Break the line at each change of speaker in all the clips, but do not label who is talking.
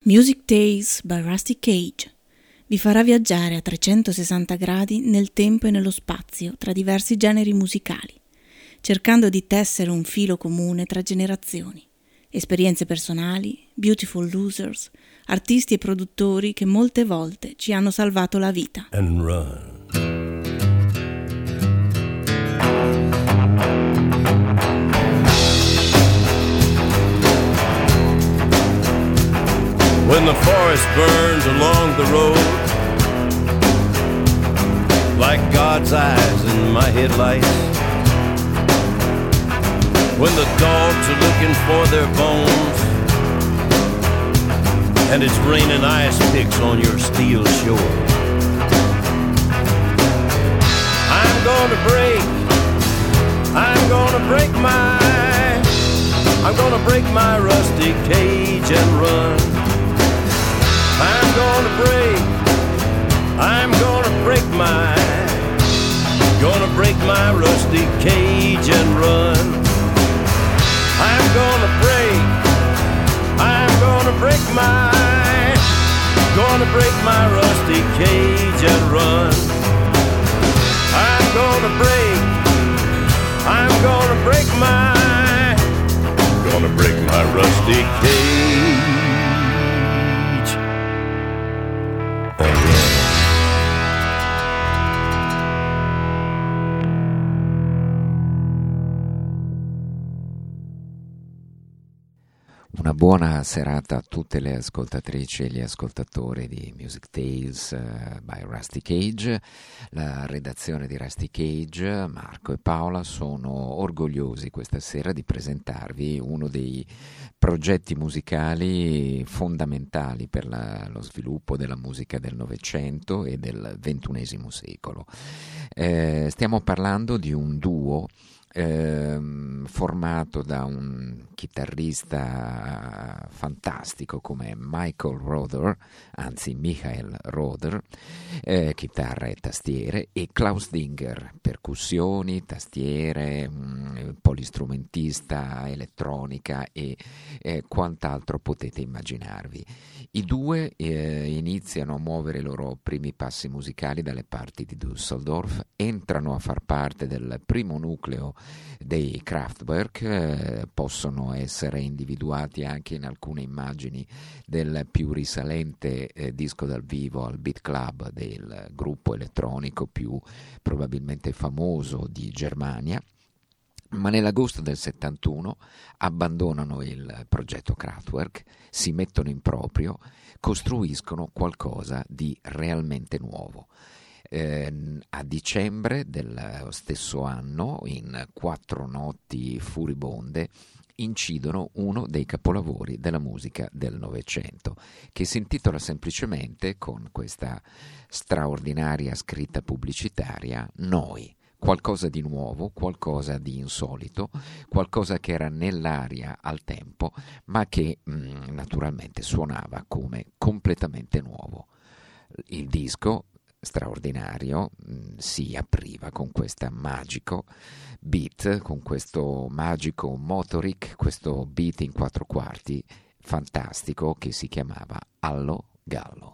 Music Tales by Rusty Cage vi farà viaggiare a 360 gradi nel tempo e nello spazio tra diversi generi musicali, cercando di tessere un filo comune tra generazioni, esperienze personali, beautiful losers, artisti e produttori che molte volte ci hanno salvato la vita.
And run. When the forest burns along the road, like God's eyes in my headlights, when the dogs are looking for their bones, and it's raining ice picks on your steel shore, I'm gonna break my rusty cage and run. I'm gonna break my rusty cage and run. I'm gonna break my rusty cage and run. I'm gonna break my rusty cage.
Una buona serata a tutte le ascoltatrici e gli ascoltatori di Music Tales by Rusty Cage. La redazione di Rusty Cage, Marco e Paola, sono orgogliosi questa sera di presentarvi uno dei progetti musicali fondamentali per lo sviluppo della musica del Novecento e del XXI secolo. Stiamo parlando di un duo formato da un chitarrista fantastico come Michael Roder, chitarra e tastiere, e Klaus Dinger, percussioni, tastiere, polistrumentista, elettronica e quant'altro potete immaginarvi. I due iniziano a muovere i loro primi passi musicali dalle parti di Düsseldorf, entrano a far parte del primo nucleo dei Kraftwerk, possono essere individuati anche in alcune immagini del più risalente disco dal vivo al Beat Club del gruppo elettronico più probabilmente famoso di Germania. Ma nell'agosto del 71 abbandonano il progetto Kraftwerk, si mettono in proprio, costruiscono qualcosa di realmente nuovo. A dicembre dello stesso anno, in 4 notti furibonde, incidono uno dei capolavori della musica del Novecento, che si intitola semplicemente, con questa straordinaria scritta pubblicitaria, Noi. Qualcosa di nuovo, qualcosa di insolito, qualcosa che era nell'aria al tempo, ma che naturalmente suonava come completamente nuovo. Il disco straordinario si apriva con questo magico beat, con questo magico motoric, questo beat in 4/4 fantastico che si chiamava Allo Gallo.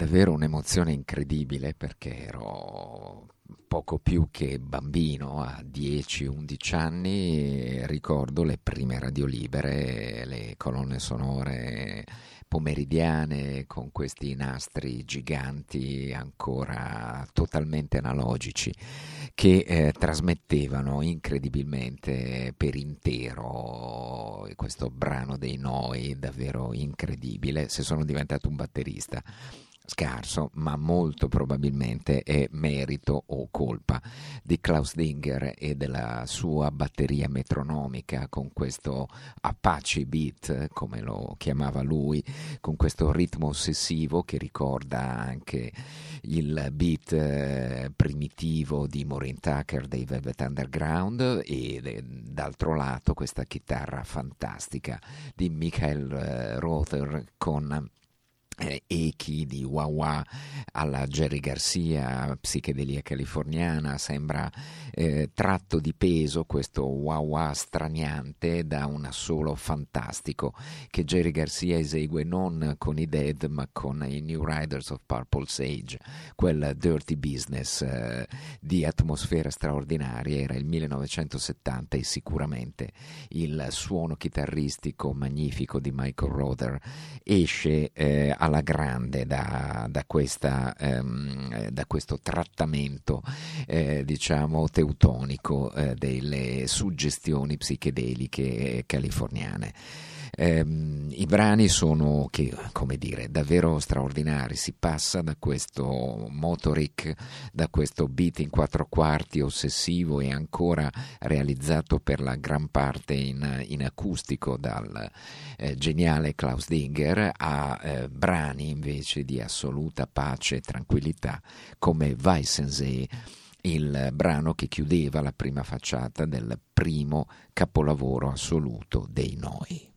davvero un'emozione incredibile, perché ero poco più che bambino, a 10-11 anni, e ricordo le prime radiolibere, le colonne sonore pomeridiane con questi nastri giganti ancora totalmente analogici che trasmettevano incredibilmente per intero questo brano dei Noi, davvero incredibile. Se sono diventato un batterista scarso, ma molto probabilmente è merito o colpa di Klaus Dinger e della sua batteria metronomica, con questo Apache beat, come lo chiamava lui, con questo ritmo ossessivo che ricorda anche il beat primitivo di Maureen Tucker dei Velvet Underground, e d'altro lato questa chitarra fantastica di Michael Rother con echi di wah wah alla Jerry Garcia, psichedelia californiana. Sembra tratto di peso questo wah wah straniante da un assolo fantastico che Jerry Garcia esegue non con i Dead ma con i New Riders of Purple Sage, quel dirty business di atmosfera straordinaria. Era il 1970 e sicuramente il suono chitarristico magnifico di Michael Rother esce alla grande da questo trattamento diciamo teutonico delle suggestioni psichedeliche californiane. I brani sono, come dire, davvero straordinari. Si passa da questo motoric, da questo beat in 4/4 ossessivo e ancora realizzato per la gran parte in acustico dal geniale Klaus Dinger, a brani invece di assoluta pace e tranquillità come Weissensee, il brano che chiudeva la prima facciata del primo capolavoro assoluto dei Noi.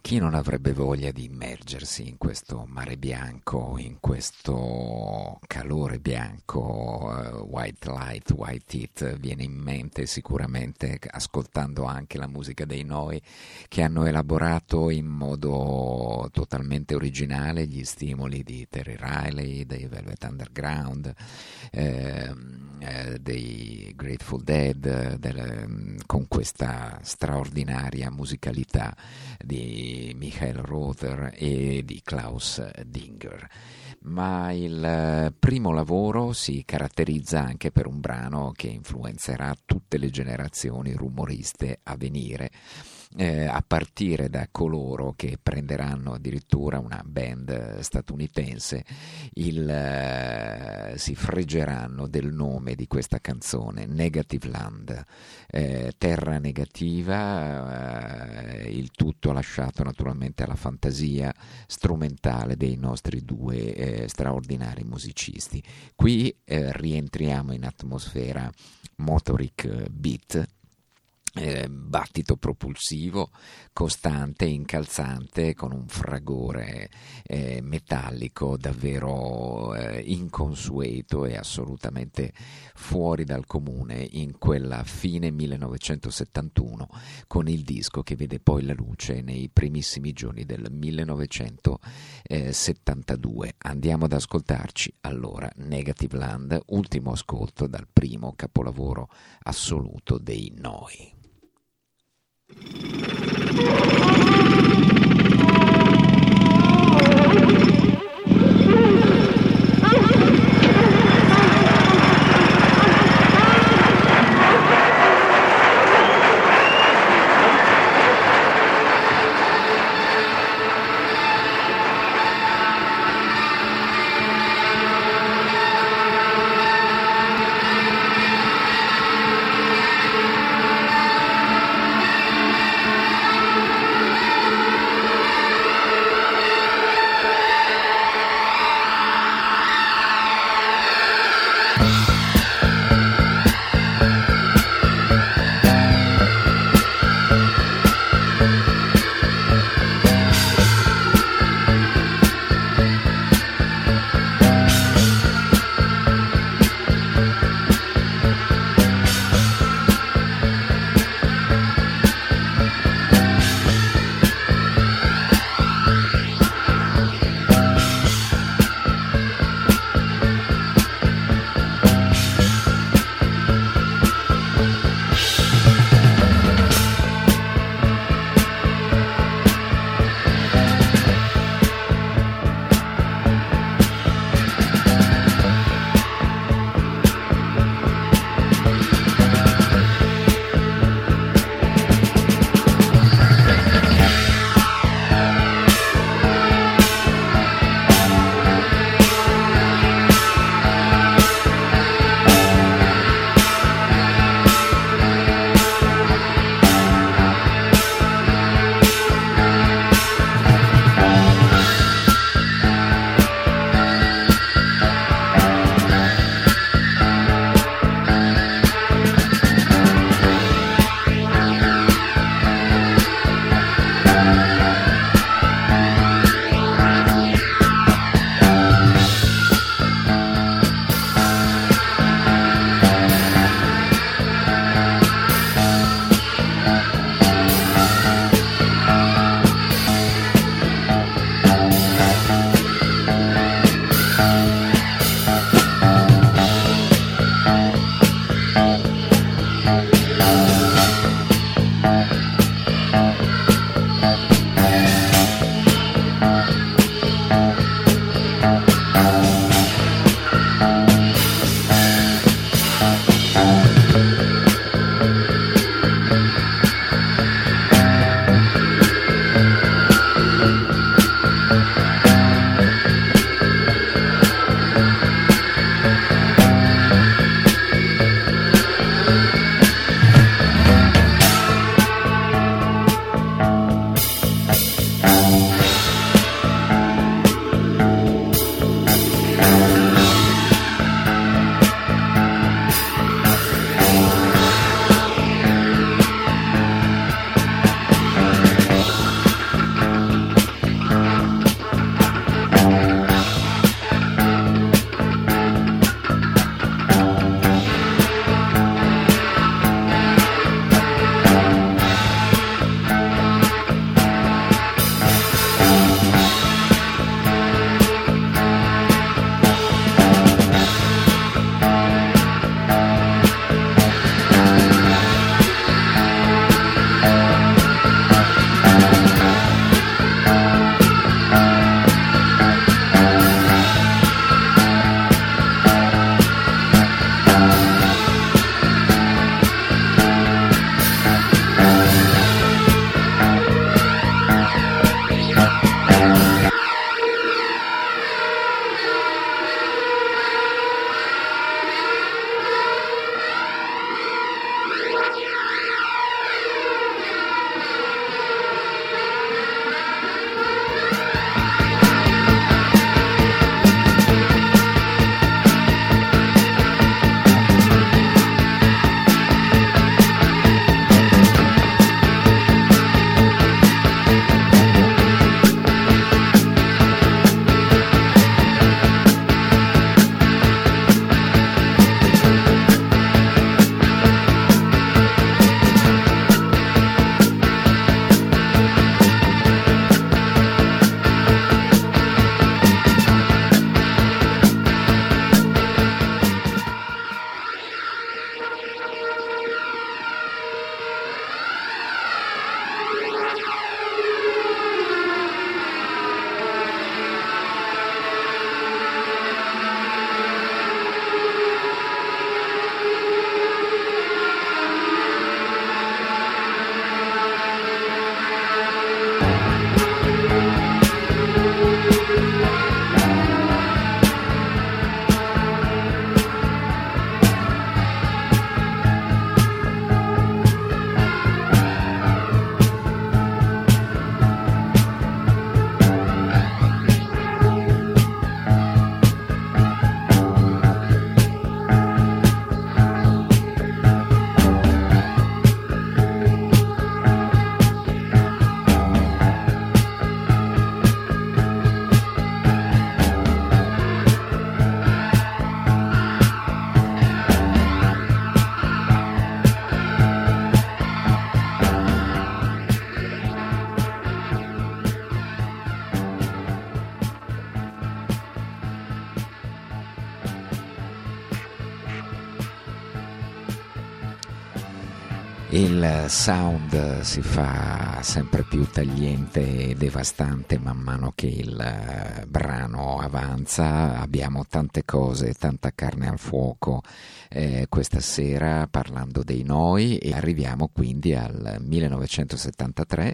Chi non avrebbe voglia di immergersi in questo mare bianco, in questo calore bianco, white light, white heat, viene in mente sicuramente ascoltando anche la musica dei Noi, che hanno elaborato in modo totalmente originale gli stimoli di Terry Riley, dei Velvet Underground, dei Grateful Dead, con questa straordinaria musicalità di Michael Rother e di Klaus Dinger. Ma il primo lavoro si caratterizza anche per un brano che influenzerà tutte le generazioni rumoriste a venire, a partire da coloro che prenderanno addirittura una band statunitense, si freggeranno del nome di questa canzone, Negative Land, terra negativa, il tutto lasciato naturalmente alla fantasia strumentale dei nostri due straordinari musicisti. Qui rientriamo in atmosfera motoric beat, battito propulsivo costante, incalzante, con un fragore metallico davvero inconsueto e assolutamente fuori dal comune in quella fine 1971, con il disco che vede poi la luce nei primissimi giorni del 1972. Andiamo ad ascoltarci allora Negative Land, ultimo ascolto dal primo capolavoro assoluto dei Noi. Il sound si fa sempre più tagliente e devastante man mano che il brano avanza. Abbiamo tante cose, tanta carne al fuoco questa sera parlando dei Noi, e arriviamo quindi al 1973.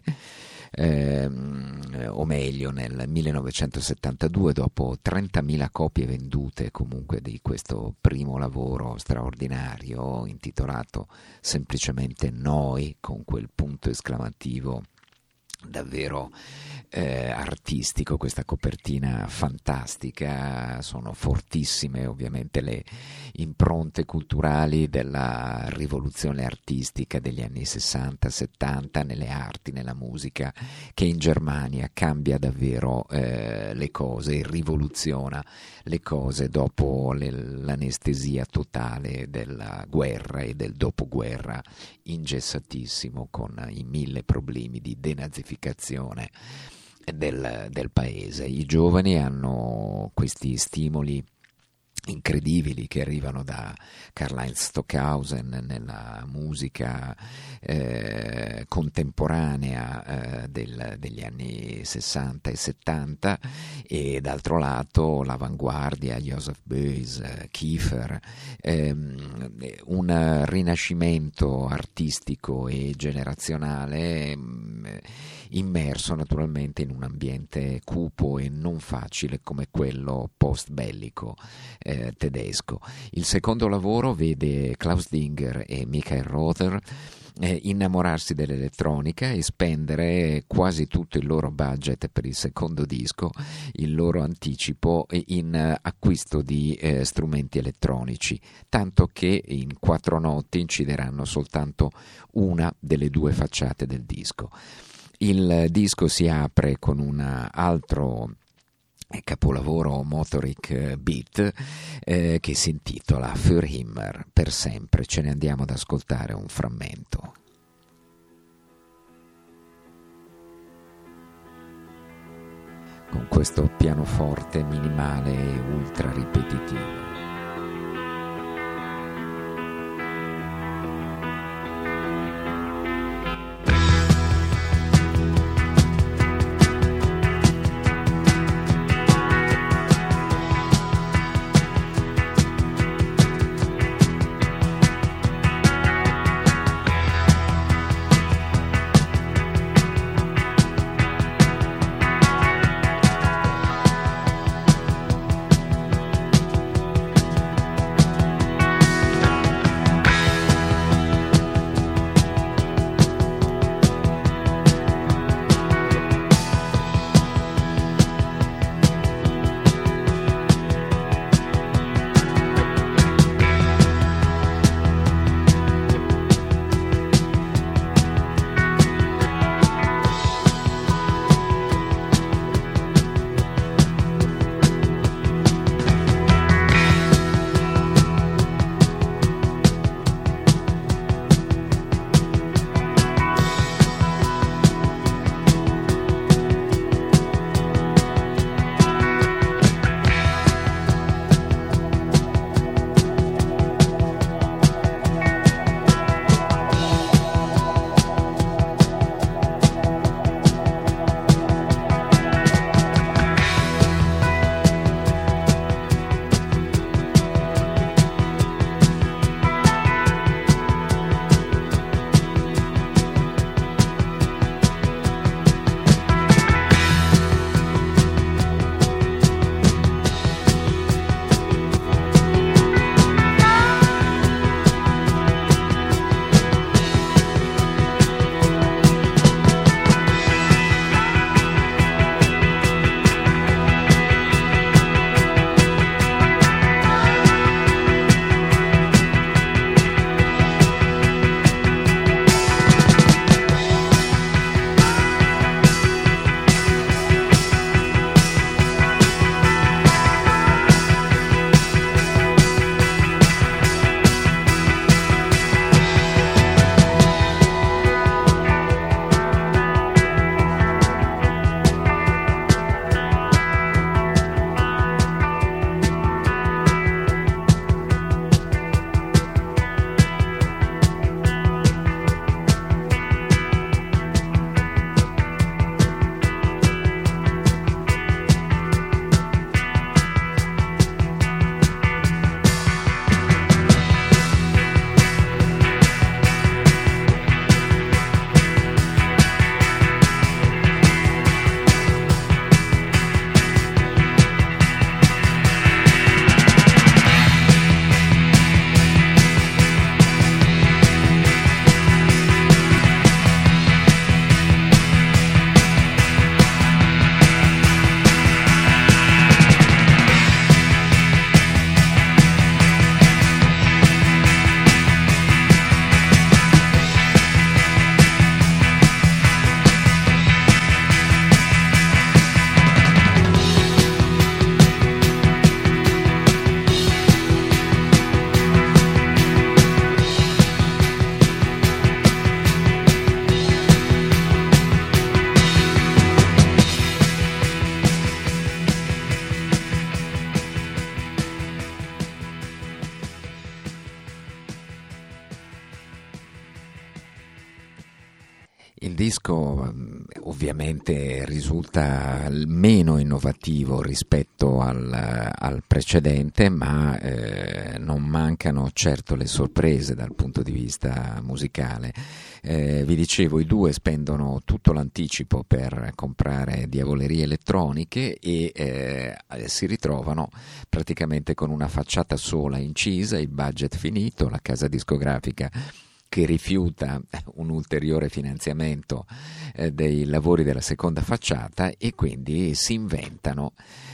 O meglio nel 1972, dopo 30.000 copie vendute comunque di questo primo lavoro straordinario intitolato semplicemente Noi, con quel punto esclamativo davvero artistico, questa copertina fantastica. Sono fortissime ovviamente le impronte culturali della rivoluzione artistica degli anni 60-70 nelle arti, nella musica, che in Germania cambia davvero le cose, rivoluziona le cose dopo l'anestesia totale della guerra e del dopoguerra ingessatissimo, con i 1000 problemi di denazificazione del paese. I giovani hanno questi stimoli incredibili che arrivano da Karl-Heinz Stockhausen nella musica contemporanea degli anni 60 e 70, e d'altro lato l'avanguardia, Joseph Beuys, Kiefer, un rinascimento artistico e generazionale immerso naturalmente in un ambiente cupo e non facile come quello post bellico tedesco. Il secondo lavoro vede Klaus Dinger e Michael Rother innamorarsi dell'elettronica e spendere quasi tutto il loro budget per il secondo disco, il loro anticipo, in acquisto di strumenti elettronici, tanto che in 4 notti incideranno soltanto una delle 2 facciate del disco. Il disco si apre con un altro capolavoro Motorik Beat che si intitola Für immer, per sempre. Ce ne andiamo ad ascoltare un frammento. Con questo pianoforte minimale e ultra ripetitivo. Il disco ovviamente risulta meno innovativo rispetto al precedente, ma non mancano certo le sorprese dal punto di vista musicale. Vi dicevo, i due spendono tutto l'anticipo per comprare diavolerie elettroniche e si ritrovano praticamente con una facciata sola incisa, il budget finito, la casa discografica che rifiuta un ulteriore finanziamento dei lavori della seconda facciata, e quindi si inventano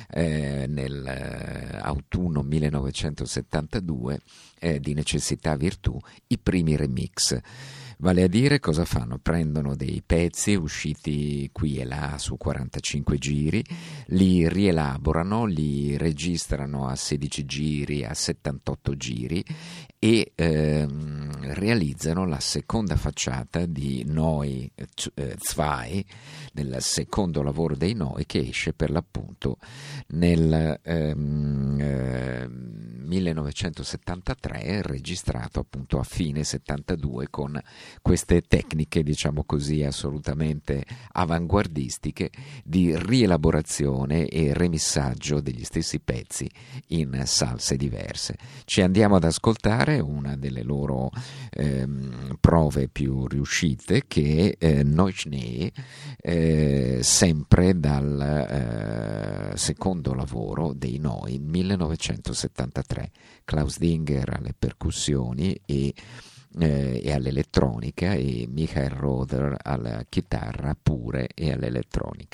nell'autunno 1972 di necessità virtù i primi remix. Vale a dire, cosa fanno? Prendono dei pezzi usciti qui e là su 45 giri, li rielaborano, li registrano a 16 giri, a 78 giri e realizzano la seconda facciata di Noi Zwei, del secondo lavoro dei Noi, che esce per l'appunto nel 1973, registrato appunto a fine 72 con queste tecniche, diciamo così, assolutamente avanguardistiche di rielaborazione e remissaggio degli stessi pezzi in salse diverse. Ci andiamo ad ascoltare una delle loro prove più riuscite, che è Neu Schnee, sempre dal secondo lavoro dei Noi, 1973. Klaus Dinger alle percussioni e all'elettronica, e Michael Roder alla chitarra pure e all'elettronica.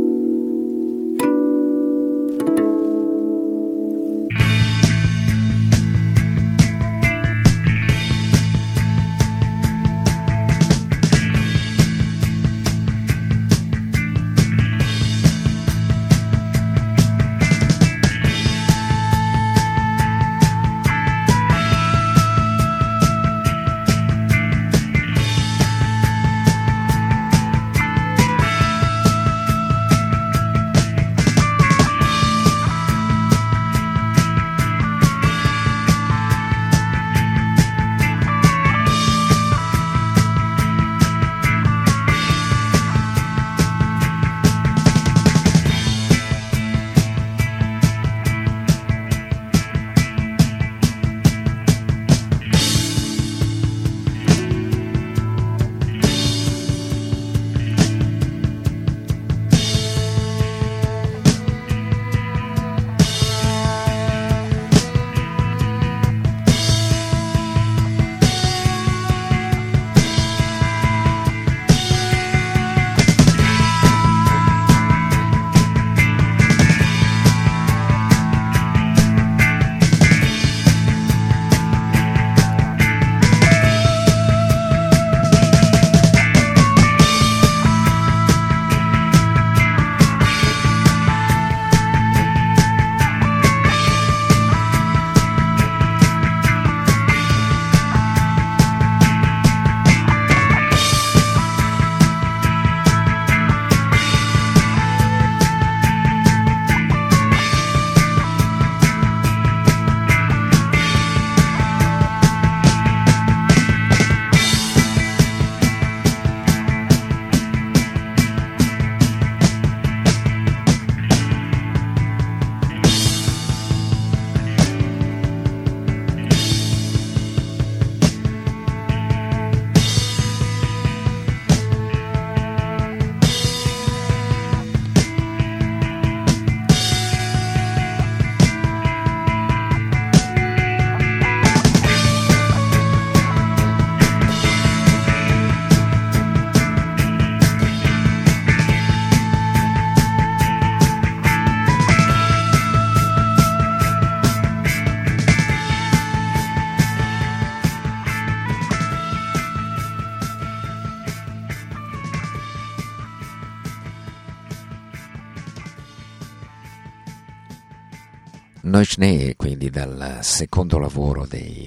Neu Schnee, quindi dal secondo lavoro dei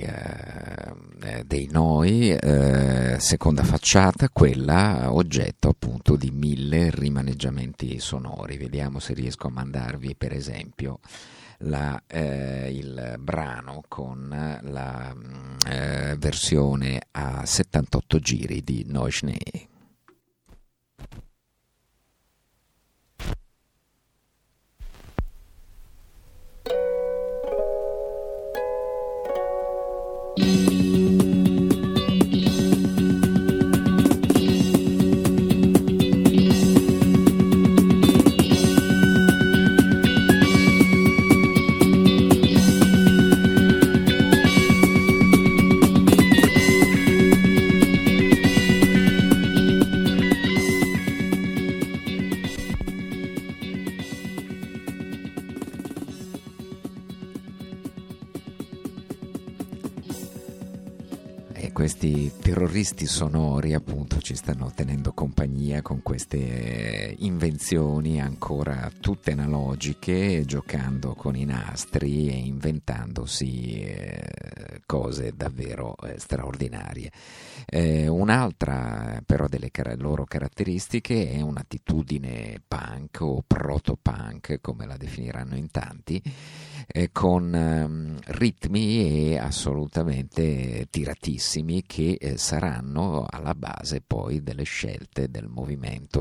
Noi, seconda facciata, quella oggetto appunto di 1000 rimaneggiamenti sonori. Vediamo se riesco a mandarvi per esempio il brano con la versione a 78 giri di Neu Schnee. Questi terroristi sonori appunto ci stanno tenendo compagnia con queste invenzioni ancora tutte analogiche, giocando con i nastri e inventandosi cose davvero straordinarie. Un'altra però delle loro caratteristiche è un'attitudine punk o proto-punk, come la definiranno in tanti, con ritmi e assolutamente tiratissimi che saranno alla base poi delle scelte del movimento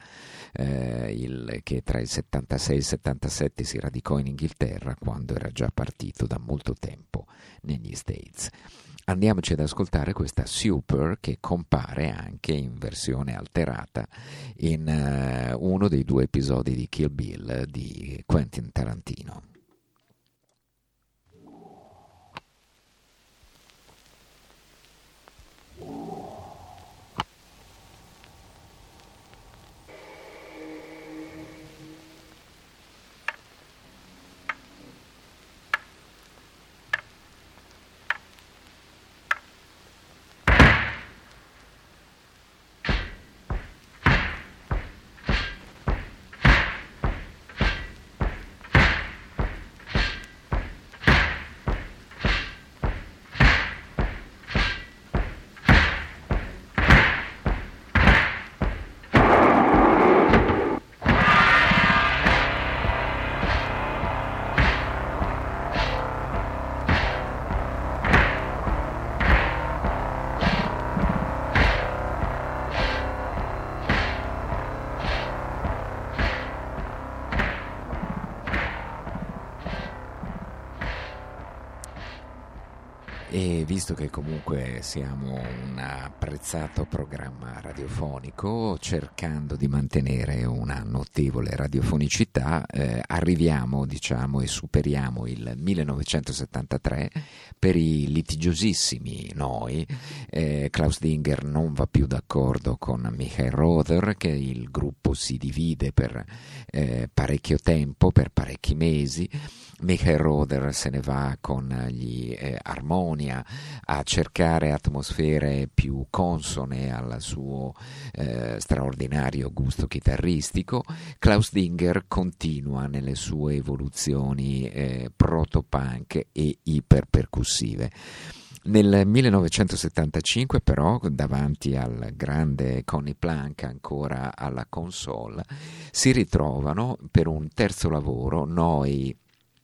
che tra il 76 e il 77 si radicò in Inghilterra, quando era già partito da molto tempo negli States. Andiamoci ad ascoltare questa Super, che compare anche in versione alterata in uno dei 2 episodi di Kill Bill di Quentin Tarantino. E visto che comunque siamo un apprezzato programma radiofonico, cercando di mantenere una notevole radiofonicità, arriviamo, diciamo, e superiamo il 1973 per i litigiosissimi Noi. Klaus Dinger non va più d'accordo con Michael Rother, che il gruppo si divide per parecchio tempo, per parecchi mesi. Michael Rother se ne va con gli Harmonia a cercare atmosfere più consone al suo straordinario gusto chitarristico. Klaus Dinger continua nelle sue evoluzioni proto-punk e iperpercussive. Nel 1975 però, davanti al grande Conny Plank ancora alla console, si ritrovano per un terzo lavoro, Noi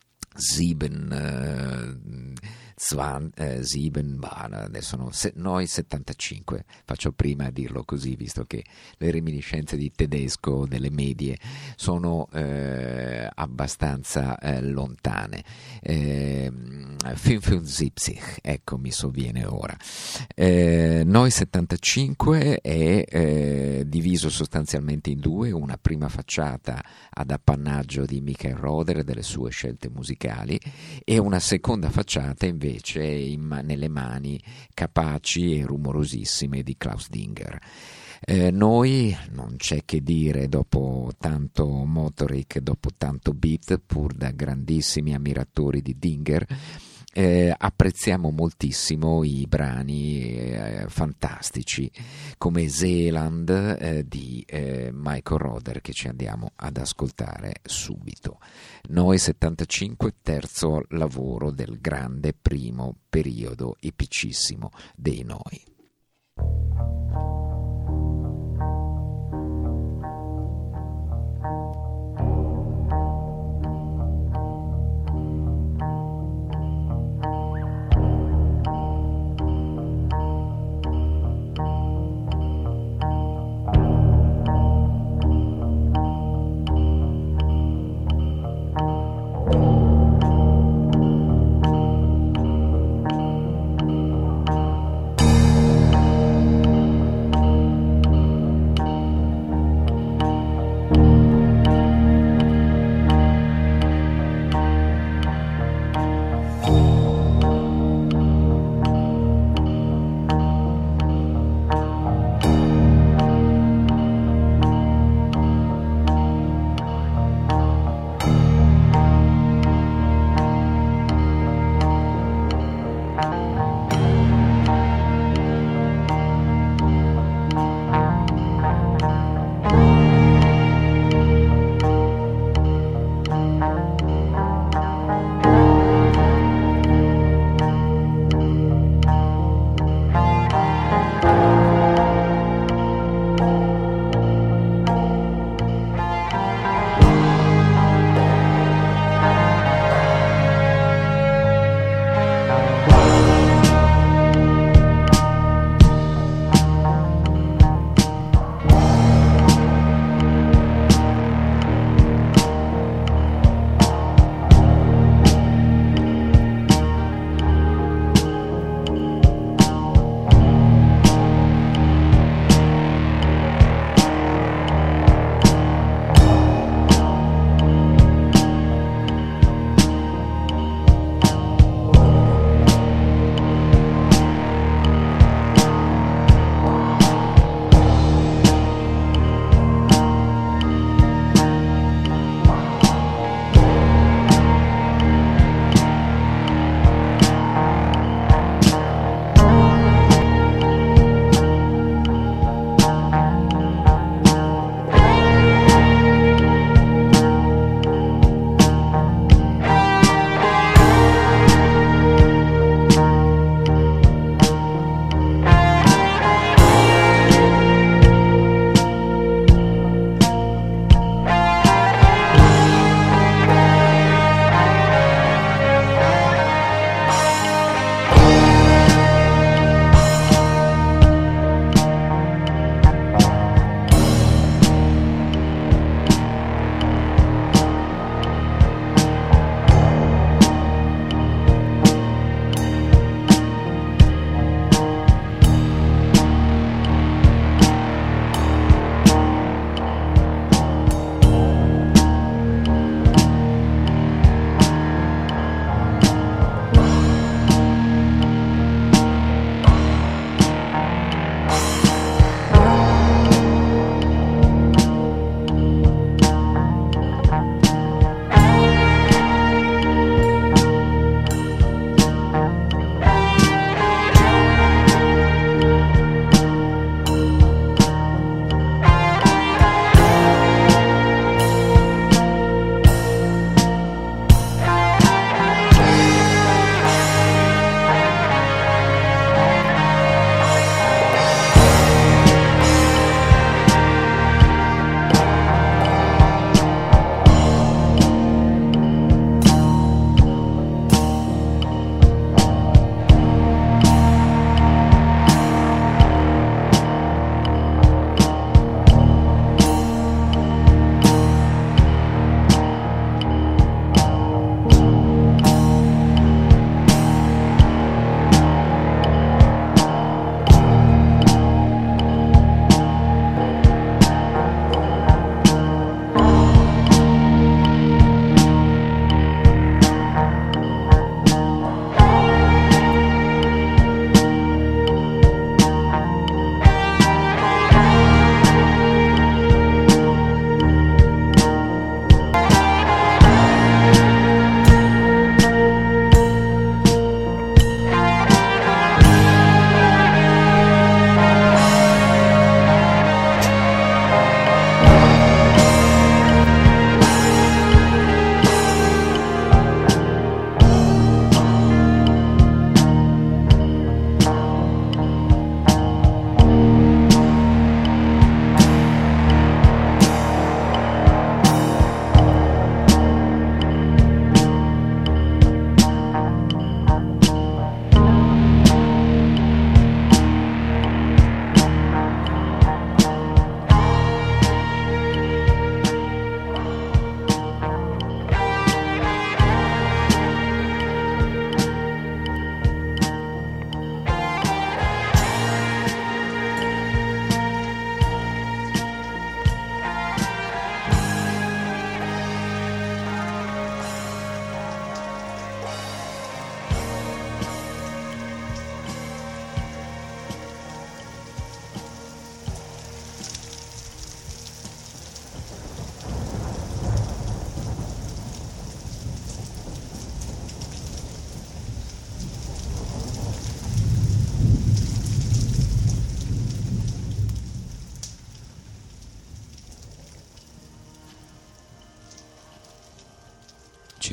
Noi 75, faccio prima a dirlo così, visto che le reminiscenze di tedesco delle medie sono abbastanza lontane. 75, ecco, mi sovviene ora. Noi 75 è diviso sostanzialmente in 2, una prima facciata ad appannaggio di Michael Rother e delle sue scelte musicali, e una seconda facciata invece nelle mani capaci e rumorosissime di Klaus Dinger. Noi, non c'è che dire, dopo tanto Motorik, dopo tanto beat, pur da grandissimi ammiratori di Dinger, apprezziamo moltissimo i brani fantastici come Zeeland di Michael Rother, che ci andiamo ad ascoltare subito. Noi 75, terzo lavoro del grande primo periodo epicissimo dei Noi.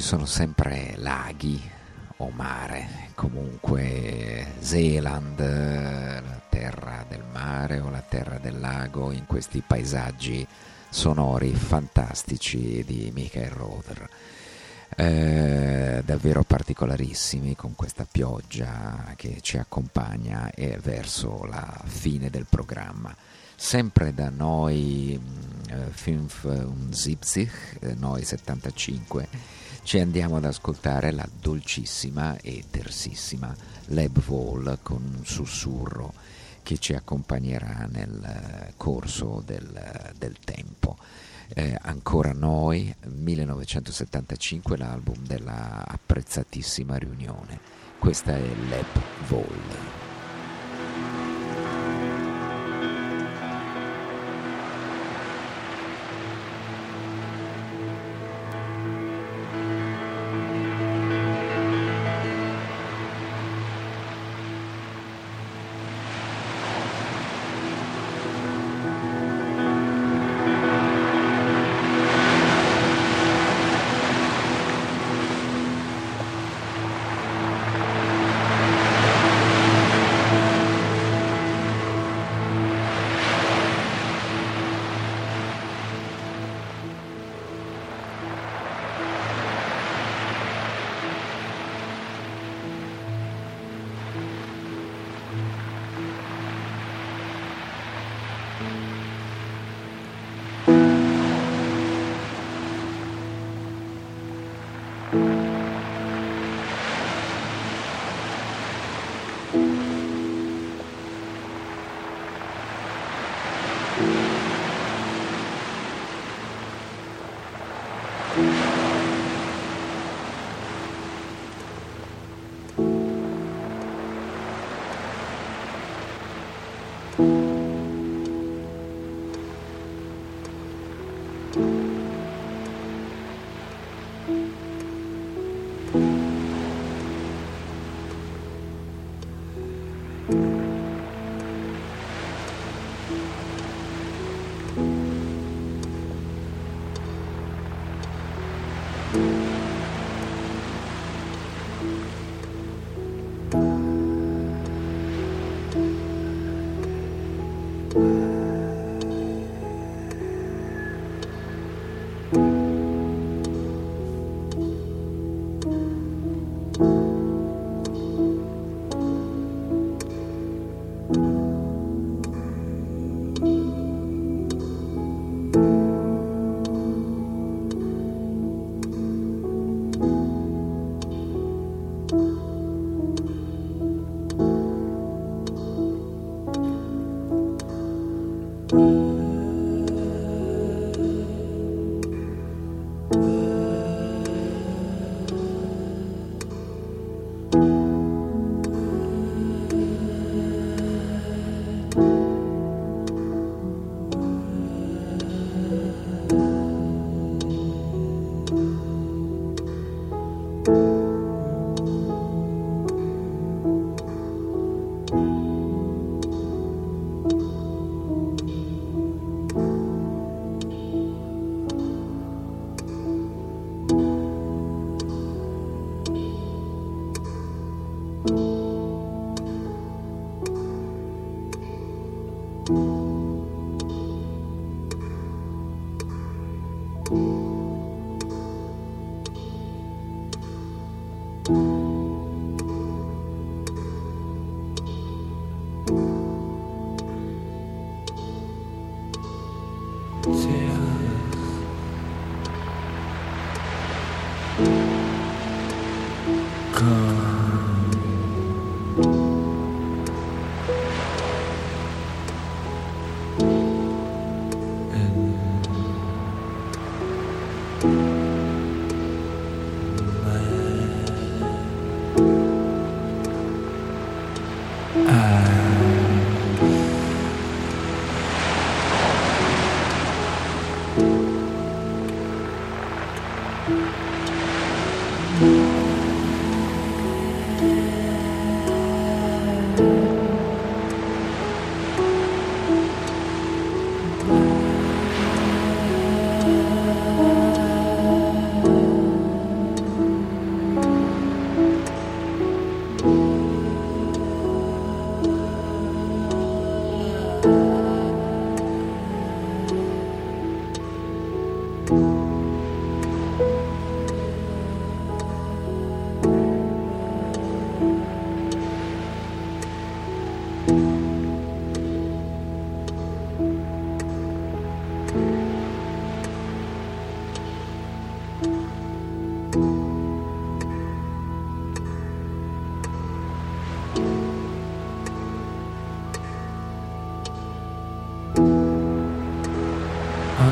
sono sempre laghi o mare, comunque Zeeland, la terra del mare o la terra del lago, in questi paesaggi sonori fantastici di Michael Rother, davvero particolarissimi, con questa pioggia che ci accompagna e verso la fine del programma. Sempre da noi 75, noi 75, ci andiamo ad ascoltare la dolcissima e tersissima Leb Vol con un sussurro che ci accompagnerà nel corso del tempo. Ancora noi, 1975, l'album della apprezzatissima riunione. Questa è Leb Vol.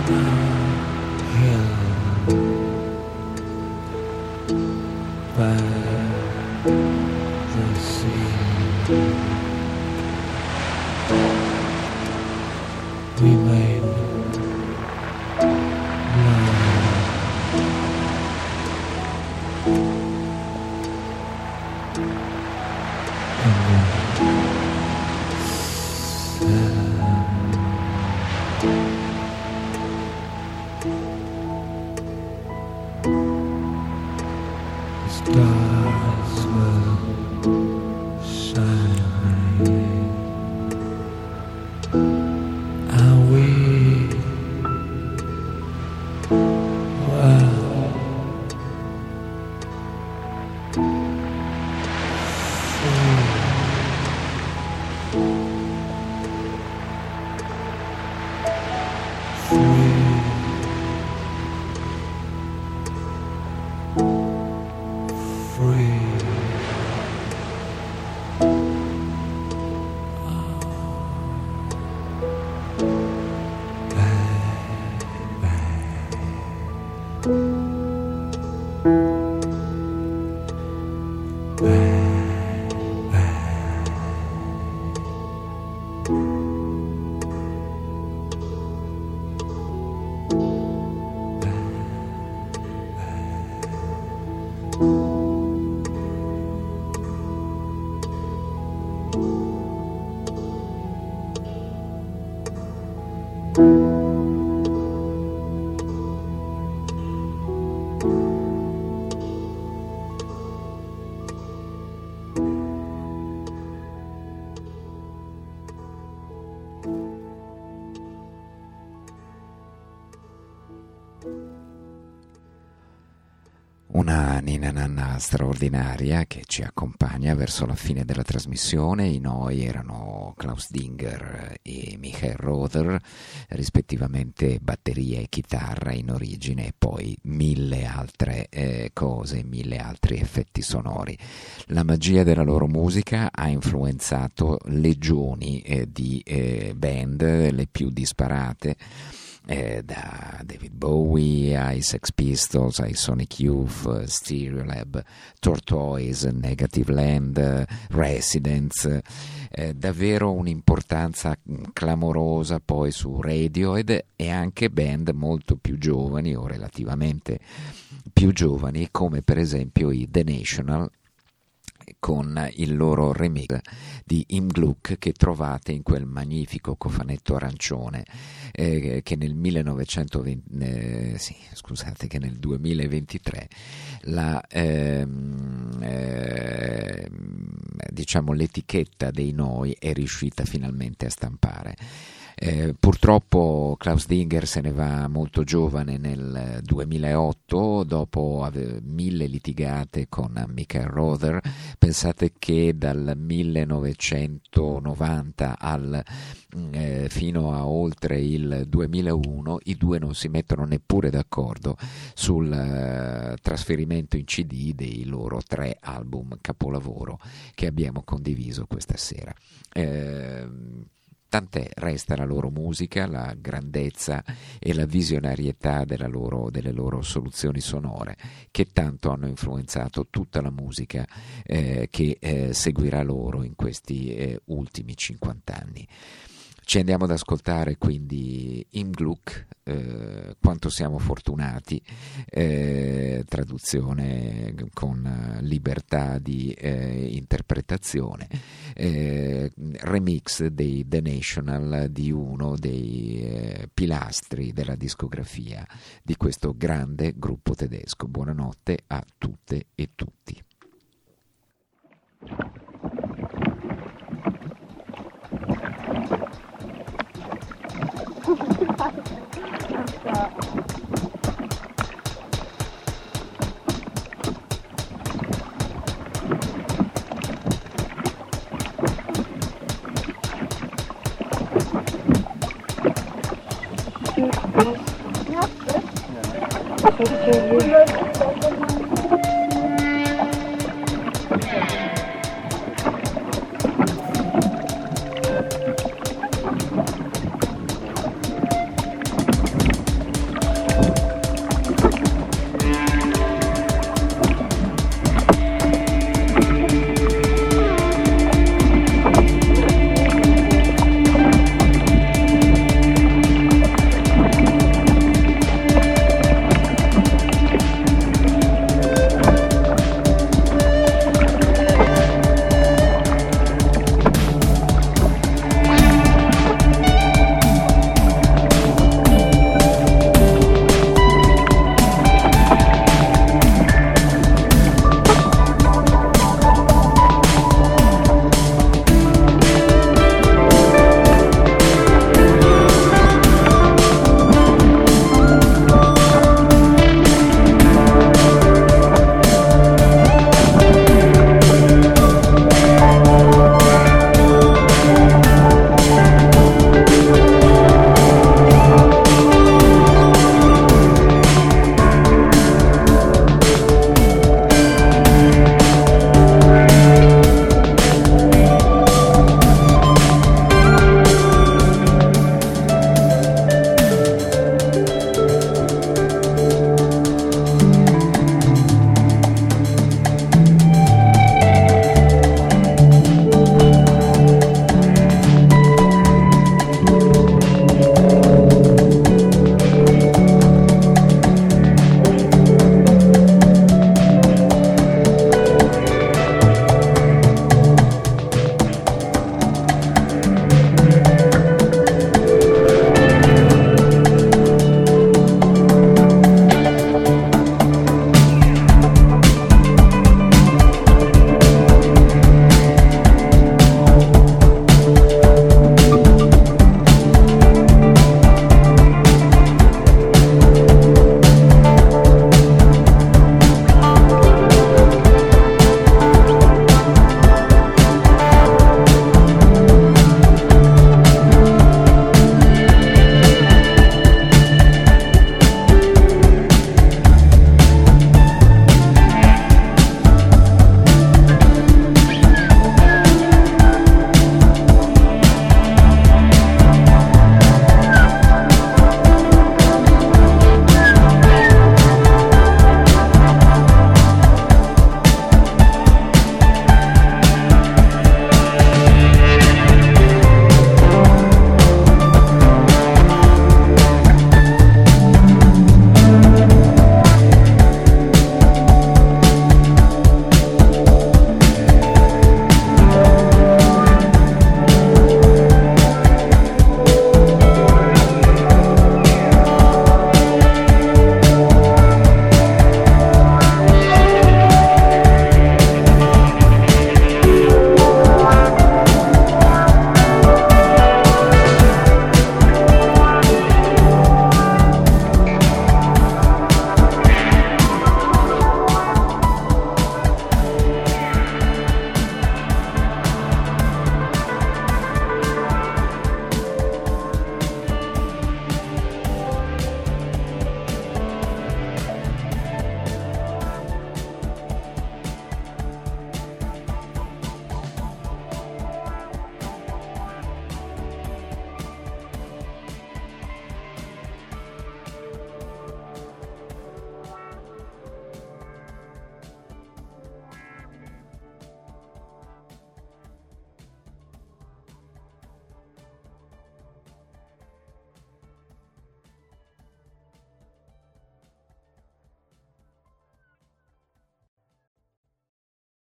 Una Nina Nanna straordinaria che ci accompagna verso la fine della trasmissione. I noi erano Klaus Dinger e Michael Rother, rispettivamente batteria e chitarra in origine, e poi mille altre cose, mille altri effetti sonori. La magia della loro musica ha influenzato legioni di band, le più disparate, da David Bowie ai Sex Pistols, ai Sonic Youth, Stereolab, Tortoise, Negative Land, Residents, davvero un'importanza clamorosa poi su Radiohead, e anche band molto più giovani o relativamente più giovani, come per esempio i The National, con il loro remix di Im Gluck, che trovate in quel magnifico cofanetto arancione che nel 2023 diciamo l'etichetta dei noi è riuscita finalmente a stampare. Purtroppo Klaus Dinger se ne va molto giovane nel 2008, dopo mille litigate con Michael Rother. Pensate che dal 1990 fino a oltre il 2001 i due non si mettono neppure d'accordo sul trasferimento in CD dei loro 3 album capolavoro che abbiamo condiviso questa sera. Tant'è, resta la loro musica, la grandezza e la visionarietà delle loro soluzioni sonore, che tanto hanno influenzato tutta la musica che seguirà loro in questi ultimi 50 anni. Ci andiamo ad ascoltare quindi Im Gluck, Quanto siamo fortunati, traduzione con libertà di interpretazione, remix dei The National, di uno dei pilastri della discografia di questo grande gruppo tedesco. Buonanotte a tutte e tutti.
Grazie.